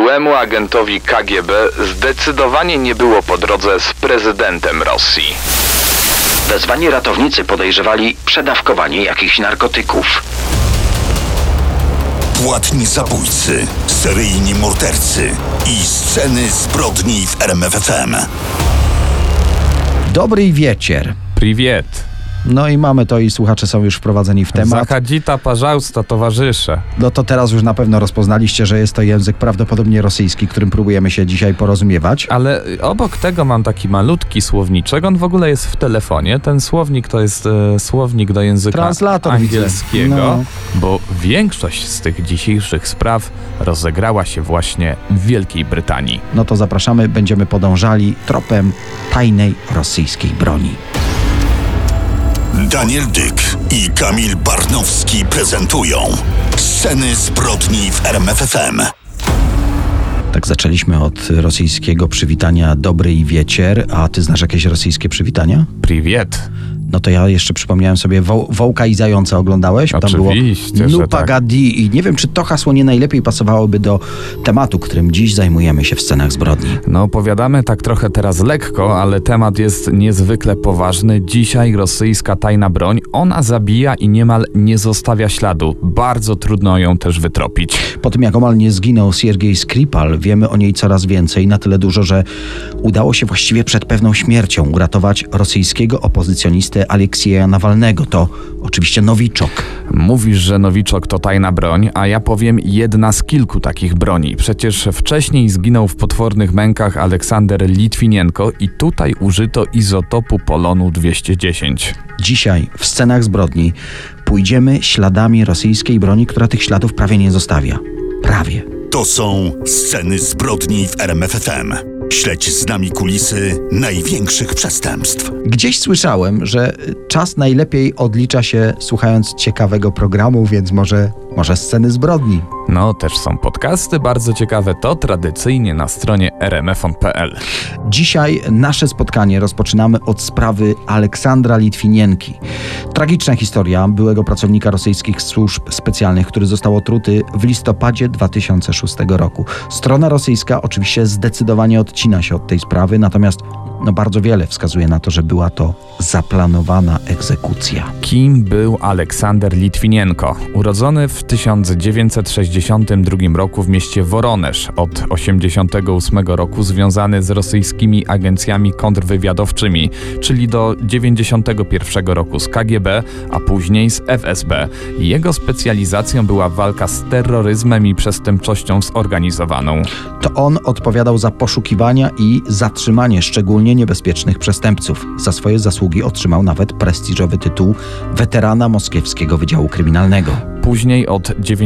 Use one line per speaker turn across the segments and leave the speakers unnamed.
byłemu agentowi KGB zdecydowanie nie było po drodze z prezydentem Rosji.
Wezwani ratownicy podejrzewali przedawkowanie jakichś narkotyków.
Płatni zabójcy, seryjni mordercy i sceny zbrodni w RMF FM.
Dobry wieczór.
Привет.
No i mamy to i słuchacze są już wprowadzeni w temat.
Zachodita, пожалуйста, towarzysze.
No to teraz już na pewno rozpoznaliście, że jest to język prawdopodobnie rosyjski, którym próbujemy się dzisiaj porozumiewać.
Ale obok tego mam taki malutki słowniczek. On w ogóle jest w telefonie. Ten słownik to jest słownik do języka
Translator
angielskiego,
no.
Bo większość z tych dzisiejszych spraw rozegrała się właśnie w Wielkiej Brytanii.
No to zapraszamy, będziemy podążali tropem tajnej rosyjskiej broni.
Daniel Dyk i Kamil Barnowski prezentują Sceny zbrodni w RMF FM.
Tak zaczęliśmy od rosyjskiego przywitania dobry wieczór, a ty znasz jakieś rosyjskie przywitania?
Привет.
No to ja jeszcze przypomniałem sobie Wołka i Zająca oglądałeś? Tam
Oczywiście,
było
że
Nupa
tak.
Gadi i nie wiem, czy to hasło nie najlepiej pasowałoby do tematu, którym dziś zajmujemy się w scenach zbrodni.
No opowiadamy tak trochę teraz lekko, ale temat jest niezwykle poważny. Dzisiaj rosyjska tajna broń, ona zabija i niemal nie zostawia śladu. Bardzo trudno ją też wytropić.
Po tym jak omal nie zginął Siergiej Skripal, wiemy o niej coraz więcej, na tyle dużo, że udało się właściwie przed pewną śmiercią uratować rosyjskiego opozycjonistę Aleksieja Nawalnego. To oczywiście Nowiczok.
Mówisz, że Nowiczok to tajna broń, a ja powiem jedna z kilku takich broni. Przecież wcześniej zginął w potwornych mękach Aleksander Litwinienko i tutaj użyto izotopu polonu 210.
Dzisiaj w scenach zbrodni pójdziemy śladami rosyjskiej broni, która tych śladów prawie nie zostawia. Prawie.
To są Sceny zbrodni w RMF FM. Śledź z nami kulisy największych przestępstw.
Gdzieś słyszałem, że czas najlepiej odlicza się słuchając ciekawego programu, więc może sceny zbrodni.
No, też są podcasty bardzo ciekawe, to tradycyjnie na stronie rmfon.pl.
Dzisiaj nasze spotkanie rozpoczynamy od sprawy Aleksandra Litwinienki. Tragiczna historia byłego pracownika rosyjskich służb specjalnych, który został otruty w listopadzie 2006 roku. Strona rosyjska oczywiście zdecydowanie odcina się od tej sprawy, natomiast bardzo wiele wskazuje na to, że była to zaplanowana egzekucja.
Kim był Aleksander Litwinienko? Urodzony w 1962 roku w mieście Woronesz. Od 1988 roku związany z rosyjskimi agencjami kontrwywiadowczymi, czyli do 1991 roku z KGB, a później z FSB. Jego specjalizacją była walka z terroryzmem i przestępczością zorganizowaną.
To on odpowiadał za poszukiwania i zatrzymanie szczególnie niebezpiecznych przestępców. Za swoje zasługi otrzymał nawet prestiżowy tytuł weterana Moskiewskiego Wydziału Kryminalnego.
Później od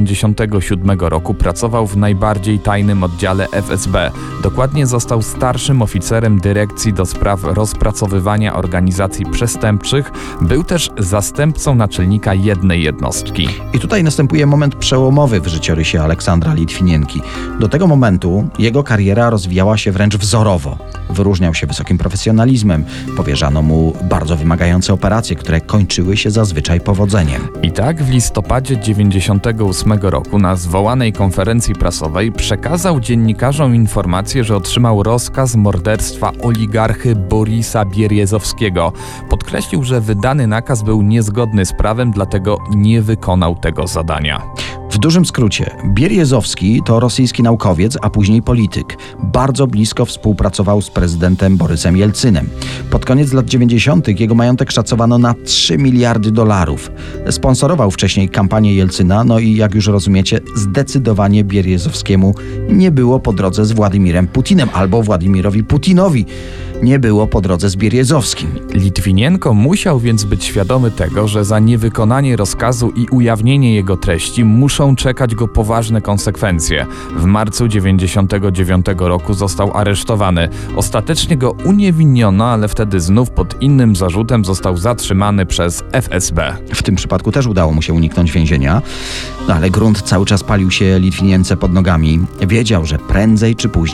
1997 roku pracował w najbardziej tajnym oddziale FSB. Dokładnie został starszym oficerem dyrekcji do spraw rozpracowywania organizacji przestępczych. Był też zastępcą naczelnika jednej jednostki.
I tutaj następuje moment przełomowy w życiorysie Aleksandra Litwinienki. Do tego momentu jego kariera rozwijała się wręcz wzorowo. Wyróżniał się wysokim profesjonalizmem. Powierzano mu bardzo wymagające operacje, które kończyły się zazwyczaj powodzeniem.
I tak w listopadzie 1998 roku na zwołanej konferencji prasowej przekazał dziennikarzom informację, że otrzymał rozkaz morderstwa oligarchy Borisa Bierjezowskiego. Podkreślił, że wydany nakaz był niezgodny z prawem, dlatego nie wykonał tego zadania.
W dużym skrócie, Bierjezowski to rosyjski naukowiec, a później polityk. Bardzo blisko współpracował z prezydentem Borysem Jelcynem. Pod koniec lat 90. jego majątek szacowano na $3 miliardy. Sponsorował wcześniej kampanię Jelcyna, no i jak już rozumiecie, zdecydowanie Bierjezowskiemu nie było po drodze z Władimirem Putinem, albo Władimirowi Putinowi nie było po drodze z Bierjezowskim.
Litwinienko musiał więc być świadomy tego, że za niewykonanie rozkazu i ujawnienie jego treści muszą czekać go poważne konsekwencje. W marcu 1999 roku został aresztowany. Ostatecznie go uniewinniono, ale wtedy znów pod innym zarzutem został zatrzymany przez FSB.
W tym przypadku też udało mu się uniknąć więzienia, ale grunt cały czas palił się Litwinience pod nogami. Wiedział, że prędzej czy później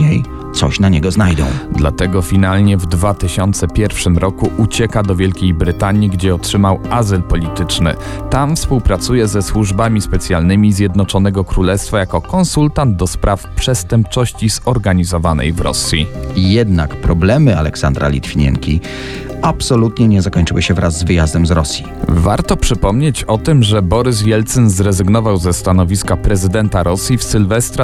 coś na niego znajdą.
Dlatego finalnie w 2001 roku ucieka do Wielkiej Brytanii, gdzie otrzymał azyl polityczny. Tam współpracuje ze służbami specjalnymi Zjednoczonego Królestwa jako konsultant do spraw przestępczości zorganizowanej w Rosji.
Jednak problemy Aleksandra Litwinienki absolutnie nie zakończyły się wraz z wyjazdem z Rosji.
Warto przypomnieć o tym, że Borys Jelcyn zrezygnował ze stanowiska prezydenta Rosji w Sylwestra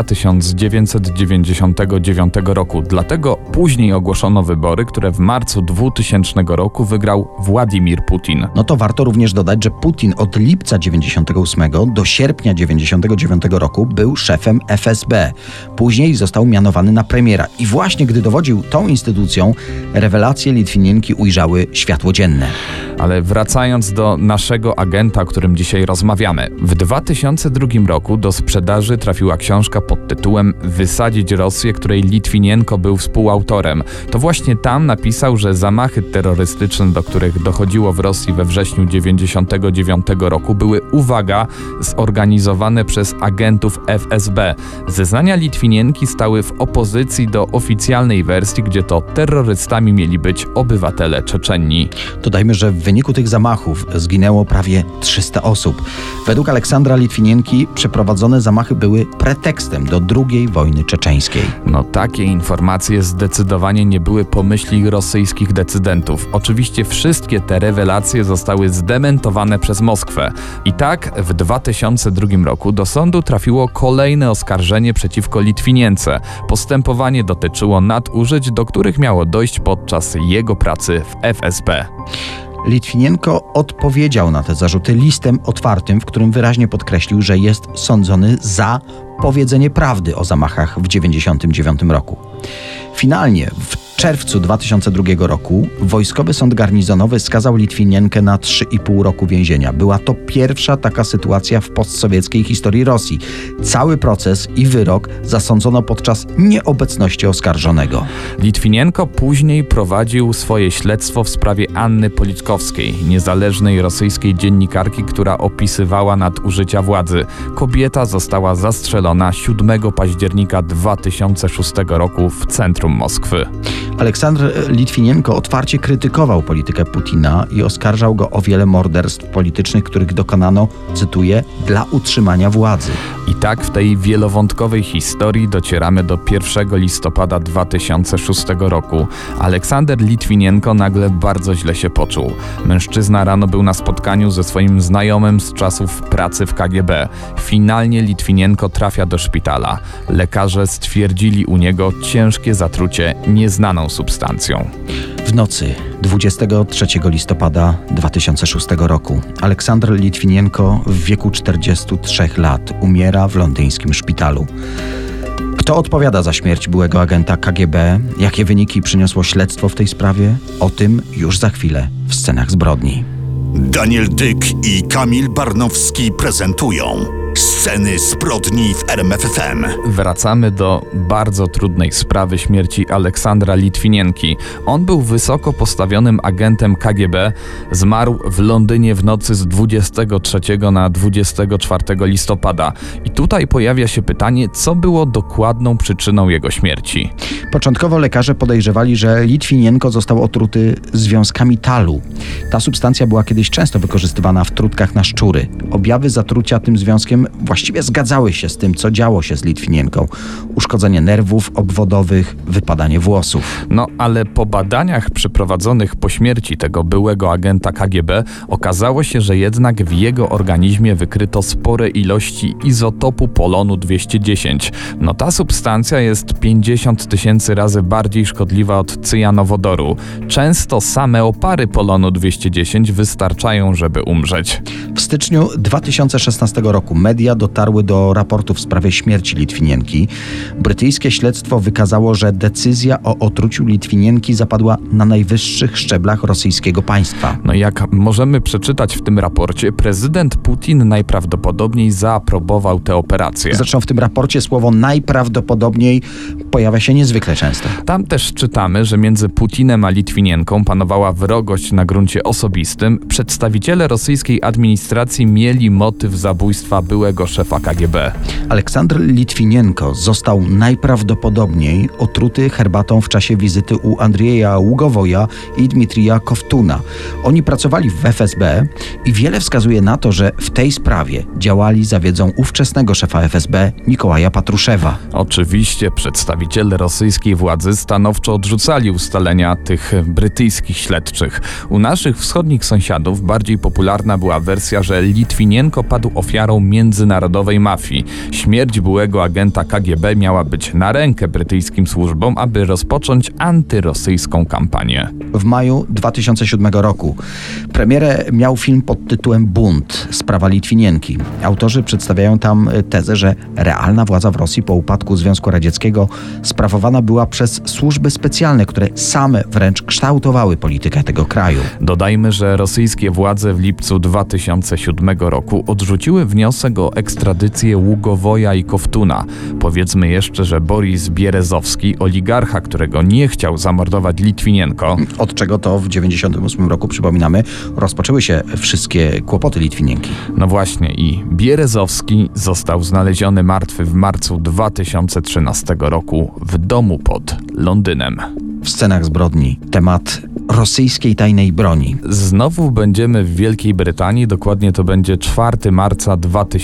1999 roku. Dlatego później ogłoszono wybory, które w marcu 2000 roku wygrał Władimir Putin.
No to warto również dodać, że Putin od lipca 98 do sierpnia 99 roku był szefem FSB. Później został mianowany na premiera. I właśnie gdy dowodził tą instytucją, rewelacje Litwinienki ujrzały światło dzienne.
Ale wracając do naszego agenta, o którym dzisiaj rozmawiamy. W 2002 roku do sprzedaży trafiła książka pod tytułem Wysadzić Rosję, której Litwinienko był współautorem. To właśnie tam napisał, że zamachy terrorystyczne, do których dochodziło w Rosji we wrześniu 1999 roku, były, uwaga, zorganizowane przez agentów FSB. Zeznania Litwinienki stały w opozycji do oficjalnej wersji, gdzie to terrorystami mieli być obywatele Czeczenii.
Dodajmy, że w wyniku tych zamachów zginęło prawie 300 osób. Według Aleksandra Litwinienki przeprowadzone zamachy były pretekstem do II wojny czeczeńskiej.
No takie informacje zdecydowanie nie były pomyśli rosyjskich decydentów. Oczywiście wszystkie te rewelacje zostały zdementowane przez Moskwę. I tak w 2002 roku do sądu trafiło kolejne oskarżenie przeciwko Litwinience. Postępowanie dotyczyło nadużyć, do których miało dojść podczas jego pracy w FSB.
Litwinienko odpowiedział na te zarzuty listem otwartym, w którym wyraźnie podkreślił, że jest sądzony za powiedzenie prawdy o zamachach w 1999 roku. Finalnie w czerwcu 2002 roku Wojskowy Sąd Garnizonowy skazał Litwinienkę na 3,5 roku więzienia. Była to pierwsza taka sytuacja w postsowieckiej historii Rosji. Cały proces i wyrok zasądzono podczas nieobecności oskarżonego.
Litwinienko później prowadził swoje śledztwo w sprawie Anny Politkowskiej, niezależnej rosyjskiej dziennikarki, która opisywała nadużycia władzy. Kobieta została zastrzelona 7 października 2006 roku w centrum Moskwy.
Aleksandr Litwinienko otwarcie krytykował politykę Putina i oskarżał go o wiele morderstw politycznych, których dokonano, cytuję, dla utrzymania władzy.
I tak w tej wielowątkowej historii docieramy do 1 listopada 2006 roku. Aleksander Litwinienko nagle bardzo źle się poczuł. Mężczyzna rano był na spotkaniu ze swoim znajomym z czasów pracy w KGB. Finalnie Litwinienko trafia do szpitala. Lekarze stwierdzili u niego ciężkie zatrucie nieznaną substancją.
W nocy 23 listopada 2006 roku Aleksandr Litwinienko w wieku 43 lat umiera w londyńskim szpitalu. Kto odpowiada za śmierć byłego agenta KGB? Jakie wyniki przyniosło śledztwo w tej sprawie? O tym już za chwilę w Scenach zbrodni.
Daniel Dyk i Kamil Barnowski prezentują Sceny zbrodni w RMF FM.
Wracamy do bardzo trudnej sprawy śmierci Aleksandra Litwinienki. On był wysoko postawionym agentem KGB. Zmarł w Londynie w nocy z 23 na 24 listopada. I tutaj pojawia się pytanie, co było dokładną przyczyną jego śmierci.
Początkowo lekarze podejrzewali, że Litwinienko został otruty związkami talu. Ta substancja była kiedyś często wykorzystywana w trutkach na szczury. Objawy zatrucia tym związkiem właściwie zgadzały się z tym, co działo się z Litwinienką. Uszkodzenie nerwów obwodowych, wypadanie włosów.
No ale po badaniach przeprowadzonych po śmierci tego byłego agenta KGB okazało się, że jednak w jego organizmie wykryto spore ilości izotopu polonu-210. No ta substancja jest 50 000 razy bardziej szkodliwa od cyjanowodoru. Często same opary polonu-210 wystarczają, żeby umrzeć.
W styczniu 2016 roku media dotarły do raportu w sprawie śmierci Litwinienki. Brytyjskie śledztwo wykazało, że decyzja o otruciu Litwinienki zapadła na najwyższych szczeblach rosyjskiego państwa.
No jak możemy przeczytać w tym raporcie, prezydent Putin najprawdopodobniej zaaprobował tę operację.
Zresztą w tym raporcie słowo najprawdopodobniej pojawia się niezwykle często.
Tam też czytamy, że między Putinem a Litwinienką panowała wrogość na gruncie osobistym. Przedstawiciele rosyjskiej administracji mieli motyw zabójstwa byłego szefa KGB.
Aleksander Litwinienko został najprawdopodobniej otruty herbatą w czasie wizyty u Andrieja Ługowoja i Dmitrija Koftuna. Oni pracowali w FSB i wiele wskazuje na to, że w tej sprawie działali za wiedzą ówczesnego szefa FSB Nikołaja Patruszewa.
Oczywiście przedstawiciele rosyjskiej władzy stanowczo odrzucali ustalenia tych brytyjskich śledczych. U naszych wschodnich sąsiadów bardziej popularna była wersja, że Litwinienko padł ofiarą międzynarodowej mafii. Śmierć byłego agenta KGB miała być na rękę brytyjskim służbom, aby rozpocząć antyrosyjską kampanię.
W maju 2007 roku premierę miał film pod tytułem Bunt. Sprawa Litwinienki. Autorzy przedstawiają tam tezę, że realna władza w Rosji po upadku Związku Radzieckiego sprawowana była przez służby specjalne, które same wręcz kształtowały politykę tego kraju.
Dodajmy, że rosyjskie władze w lipcu 2007 roku odrzuciły wniosek o ekstradycję Ługowoja i Koftuna. Powiedzmy jeszcze, że Boris Bierezowski, oligarcha, którego nie chciał zamordować Litwinienko,
Od czego to w 1998 roku, przypominamy, rozpoczęły się wszystkie kłopoty Litwinienki.
no właśnie, i Bierezowski został znaleziony martwy w marcu 2013 roku w domu pod Londynem.
W scenach zbrodni temat rosyjskiej tajnej broni.
Znowu będziemy w Wielkiej Brytanii, dokładnie to będzie 4 marca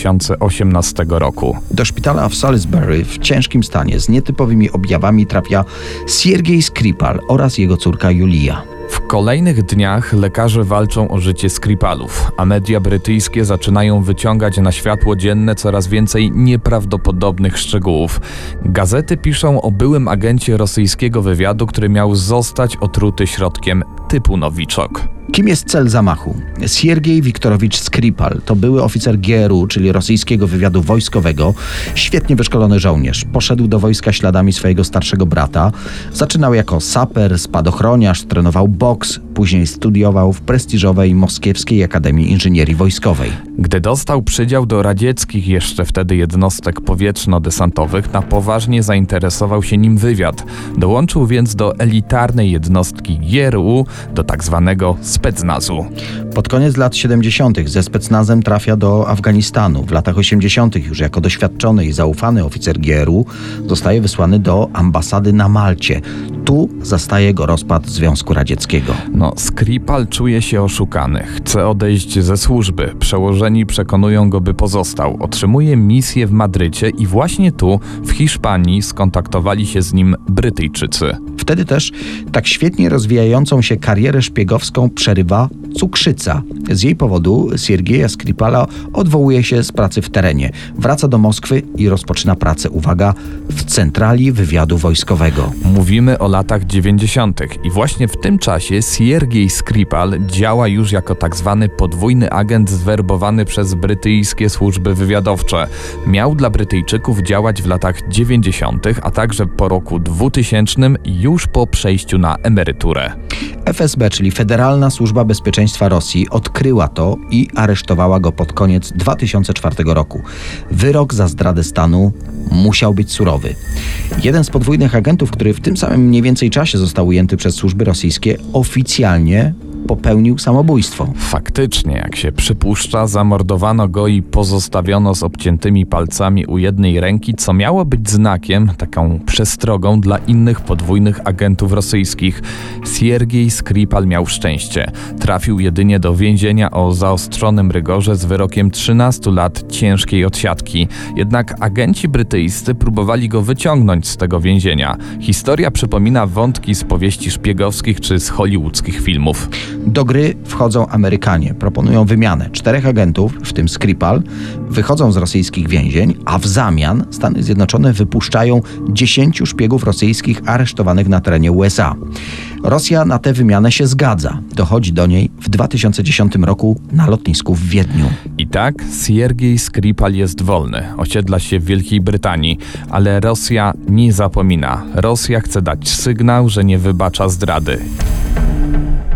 2018 roku.
Do szpitala w Salisbury w ciężkim stanie z nietypowymi objawami trafia Siergiej Skripal oraz jego córka Julia.
W kolejnych dniach lekarze walczą o życie Skripalów, a media brytyjskie zaczynają wyciągać na światło dzienne coraz więcej nieprawdopodobnych szczegółów. Gazety piszą o byłym agencie rosyjskiego wywiadu, który miał zostać otruty środkiem typu nowiczok.
Kim jest cel zamachu? Siergiej Wiktorowicz Skripal to były oficer GRU, czyli rosyjskiego wywiadu wojskowego, świetnie wyszkolony żołnierz. Poszedł do wojska śladami swojego starszego brata. Zaczynał jako saper, spadochroniarz, trenował boks, później studiował w prestiżowej Moskiewskiej Akademii Inżynierii Wojskowej.
Gdy dostał przydział do radzieckich jeszcze wtedy jednostek powietrzno-desantowych, na poważnie zainteresował się nim wywiad. Dołączył więc do elitarnej jednostki GRU, do tak zwanego specnazu.
Pod koniec lat 70. ze specnazem trafia do Afganistanu. W latach 80. już jako doświadczony i zaufany oficer GRU zostaje wysłany do ambasady na Malcie. Tu zastaje go rozpad Związku Radzieckiego.
Skripal czuje się oszukany. Chce odejść ze służby. Przełożeni przekonują go, by pozostał. Otrzymuje misję w Madrycie i właśnie tu, w Hiszpanii, skontaktowali się z nim Brytyjczycy.
Wtedy też tak świetnie rozwijającą się karierę szpiegowską przerywa cukrzyca. Z jej powodu Siergieja Skripala odwołuje się z pracy w terenie. Wraca do Moskwy i rozpoczyna pracę, uwaga, w centrali wywiadu wojskowego.
Mówimy o latach 90. i właśnie w tym czasie Siergiej Skripal działa już jako tak zwany podwójny agent zwerbowany przez brytyjskie służby wywiadowcze. Miał dla Brytyjczyków działać w latach 90., a także po roku 2000, już po przejściu na emeryturę.
FSB, czyli Federalna Służba Bezpieczeństwa Rosji, odkryła to i aresztowała go pod koniec 2004 roku. Wyrok za zdradę stanu musiał być surowy. Jeden z podwójnych agentów, który w tym samym mniej więcej czasie został ujęty przez służby rosyjskie, oficjalnie popełnił samobójstwo.
Faktycznie, jak się przypuszcza, zamordowano go i pozostawiono z obciętymi palcami u jednej ręki, co miało być znakiem, taką przestrogą dla innych podwójnych agentów rosyjskich. Siergiej Skripal miał szczęście. Trafił jedynie do więzienia o zaostrzonym rygorze z wyrokiem 13 lat ciężkiej odsiadki. Jednak agenci brytyjscy próbowali go wyciągnąć z tego więzienia. Historia przypomina wątki z powieści szpiegowskich czy z hollywoodzkich filmów.
Do gry wchodzą Amerykanie, proponują wymianę. 4 agentów, w tym Skripal, wychodzą z rosyjskich więzień, a w zamian Stany Zjednoczone wypuszczają 10 szpiegów rosyjskich aresztowanych na terenie USA. Rosja na tę wymianę się zgadza. Dochodzi do niej w 2010 roku na lotnisku w Wiedniu.
I tak Siergiej Skripal jest wolny, osiedla się w Wielkiej Brytanii, ale Rosja nie zapomina. Rosja chce dać sygnał, że nie wybacza zdrady.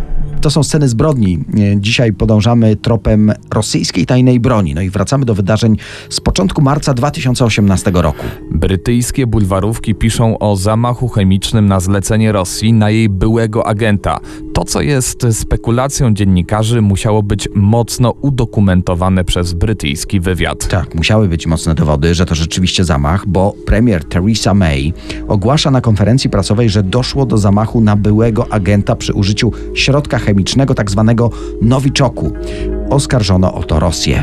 To są sceny zbrodni. Dzisiaj podążamy tropem rosyjskiej tajnej broni. No i wracamy do wydarzeń z początku marca 2018 roku.
Brytyjskie bulwarówki piszą o zamachu chemicznym na zlecenie Rosji na jej byłego agenta. To, co jest spekulacją dziennikarzy, musiało być mocno udokumentowane przez brytyjski wywiad.
Tak, musiały być mocne dowody, że to rzeczywiście zamach, bo premier Theresa May ogłasza na konferencji prasowej, że doszło do zamachu na byłego agenta przy użyciu środka chemicznego, tak zwanego nowiczoku. Oskarżono o to Rosję.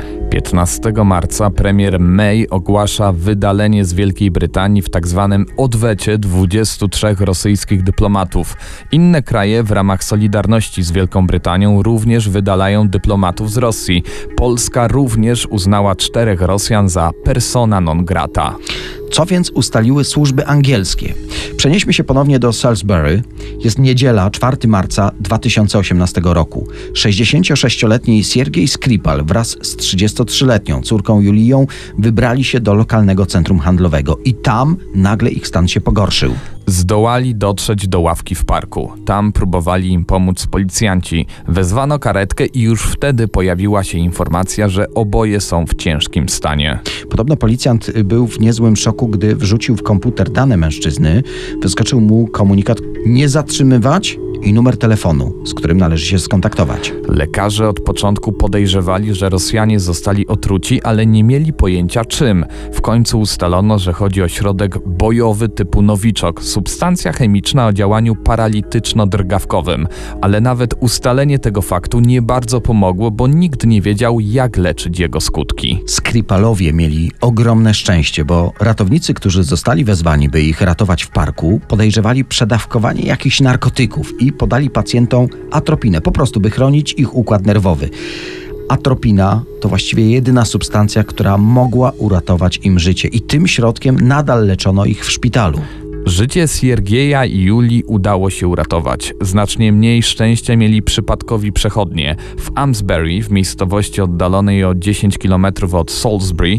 15 marca premier May ogłasza wydalenie z Wielkiej Brytanii w tzw. odwecie 23 rosyjskich dyplomatów. Inne kraje w ramach solidarności z Wielką Brytanią również wydalają dyplomatów z Rosji. Polska również uznała 4 Rosjan za persona non grata.
Co więc ustaliły służby angielskie? Przenieśmy się ponownie do Salisbury. Jest niedziela, 4 marca 2018 roku. 66-letni Siergiej Skripal wraz z 33-letnią córką Juliją wybrali się do lokalnego centrum handlowego i tam nagle ich stan się pogorszył.
Zdołali dotrzeć do ławki w parku. Tam próbowali im pomóc policjanci. Wezwano karetkę i już wtedy pojawiła się informacja, że oboje są w ciężkim stanie.
Podobno policjant był w niezłym szoku, gdy wrzucił w komputer dane mężczyzny. Wyskoczył mu komunikat: nie zatrzymywać i numer telefonu, z którym należy się skontaktować.
Lekarze od początku podejrzewali, że Rosjanie zostali otruci, ale nie mieli pojęcia czym. W końcu ustalono, że chodzi o środek bojowy typu nowiczok, substancja chemiczna o działaniu paralityczno-drgawkowym. Ale nawet ustalenie tego faktu nie bardzo pomogło, bo nikt nie wiedział, jak leczyć jego skutki.
Skripalowie mieli ogromne szczęście, bo ratownicy, którzy zostali wezwani, by ich ratować w parku, podejrzewali przedawkowanie jakichś narkotyków i podali pacjentom atropinę, po prostu by chronić ich układ nerwowy. Atropina to właściwie jedyna substancja, która mogła uratować im życie i tym środkiem nadal leczono ich w szpitalu.
Życie Siergieja i Julii udało się uratować. Znacznie mniej szczęścia mieli przypadkowi przechodnie. W Amesbury, w miejscowości oddalonej o 10 km od Salisbury,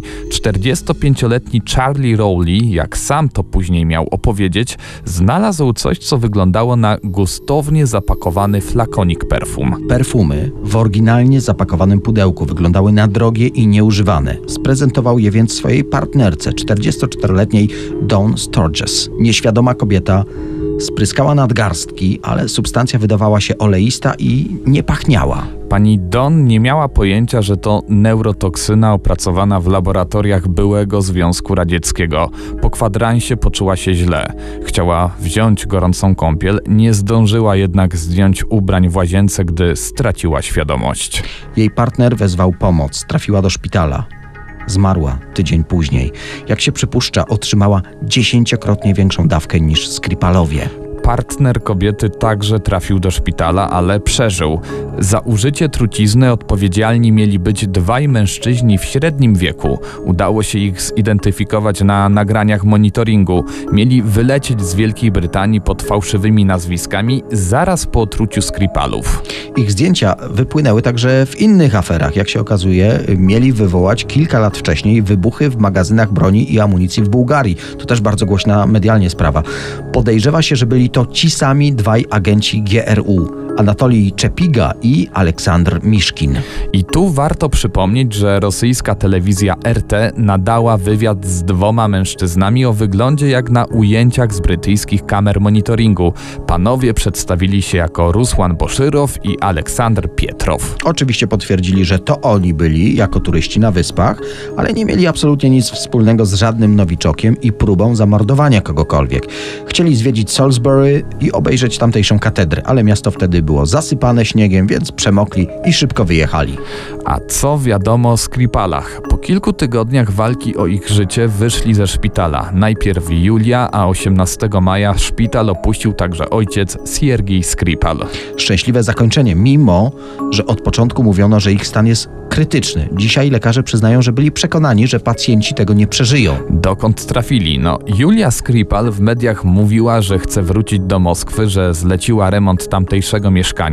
45-letni Charlie Rowley, jak sam to później miał opowiedzieć, znalazł coś, co wyglądało na gustownie zapakowany flakonik perfum.
Perfumy w oryginalnie zapakowanym pudełku wyglądały na drogie i nieużywane. Sprezentował je więc swojej partnerce, 44-letniej Dawn Sturges. Nieświadoma kobieta spryskała nadgarstki, ale substancja wydawała się oleista i nie pachniała.
Pani Dawn nie miała pojęcia, że to neurotoksyna opracowana w laboratoriach byłego Związku Radzieckiego. Po kwadransie poczuła się źle. Chciała wziąć gorącą kąpiel, nie zdążyła jednak zdjąć ubrań w łazience, gdy straciła świadomość.
Jej partner wezwał pomoc, trafiła do szpitala. Zmarła tydzień później. Jak się przypuszcza, otrzymała 10-krotnie większą dawkę niż Skripalowie.
Partner kobiety także trafił do szpitala, ale przeżył. Za użycie trucizny odpowiedzialni mieli być 2 mężczyźni w średnim wieku. Udało się ich zidentyfikować na nagraniach monitoringu. Mieli wylecieć z Wielkiej Brytanii pod fałszywymi nazwiskami zaraz po otruciu Skripalów.
Ich zdjęcia wypłynęły także w innych aferach. Jak się okazuje, mieli wywołać kilka lat wcześniej wybuchy w magazynach broni i amunicji w Bułgarii. To też bardzo głośna medialnie sprawa. Podejrzewa się, że byli to ci sami 2 agenci GRU, Anatolij Czepiga i Aleksandr Miszkin.
I tu warto przypomnieć, że rosyjska telewizja RT nadała wywiad z 2 mężczyznami o wyglądzie jak na ujęciach z brytyjskich kamer monitoringu. Panowie przedstawili się jako Rusłan Boszyrow i Aleksandr Pietrow.
Oczywiście potwierdzili, że to oni byli jako turyści na wyspach, ale nie mieli absolutnie nic wspólnego z żadnym nowiczokiem i próbą zamordowania kogokolwiek. Chcieli zwiedzić Salisbury i obejrzeć tamtejszą katedrę, ale miasto wtedy było zasypane śniegiem, więc przemokli i szybko wyjechali.
A co wiadomo o Skripalach? Po kilku tygodniach walki o ich życie wyszli ze szpitala. Najpierw Julia, a 18 maja szpital opuścił także ojciec Siergiej Skripal.
Szczęśliwe zakończenie, mimo że od początku mówiono, że ich stan jest krytyczny. Dzisiaj lekarze przyznają, że byli przekonani, że pacjenci tego nie przeżyją.
Dokąd trafili? Julia Skripal w mediach mówiła, że chce wrócić do Moskwy, że zleciła remont tamtejszego mieszkania.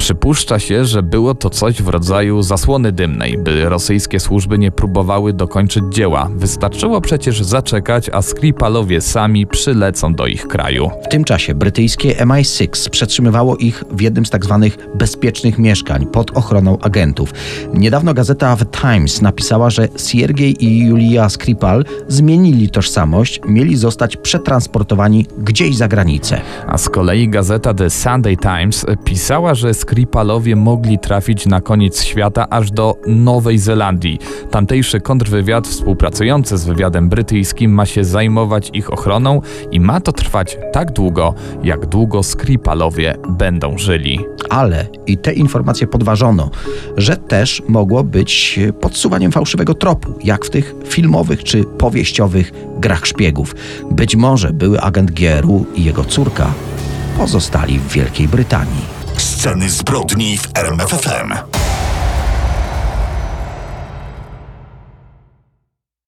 Przypuszcza się, że było to coś w rodzaju zasłony dymnej, by rosyjskie służby nie próbowały dokończyć dzieła. Wystarczyło przecież zaczekać, a Skripalowie sami przylecą do ich kraju.
W tym czasie brytyjskie MI6 przetrzymywało ich w jednym z tak zwanych bezpiecznych mieszkań pod ochroną agentów. Niedawno gazeta The Times napisała, że Siergiej i Julia Skripal zmienili tożsamość, mieli zostać przetransportowani gdzieś za granicę.
A z kolei gazeta The Sunday Times pisała, że Skripalowie mogli trafić na koniec świata aż do Nowej Zelandii. Tamtejszy kontrwywiad współpracujący z wywiadem brytyjskim ma się zajmować ich ochroną i ma to trwać tak długo, jak długo Skripalowie będą żyli.
Ale i te informacje podważono, że też mogło być podsuwaniem fałszywego tropu, jak w tych filmowych czy powieściowych grach szpiegów. Być może były agent GRU i jego córka pozostali w Wielkiej Brytanii.
Sceny zbrodni w RMFFM.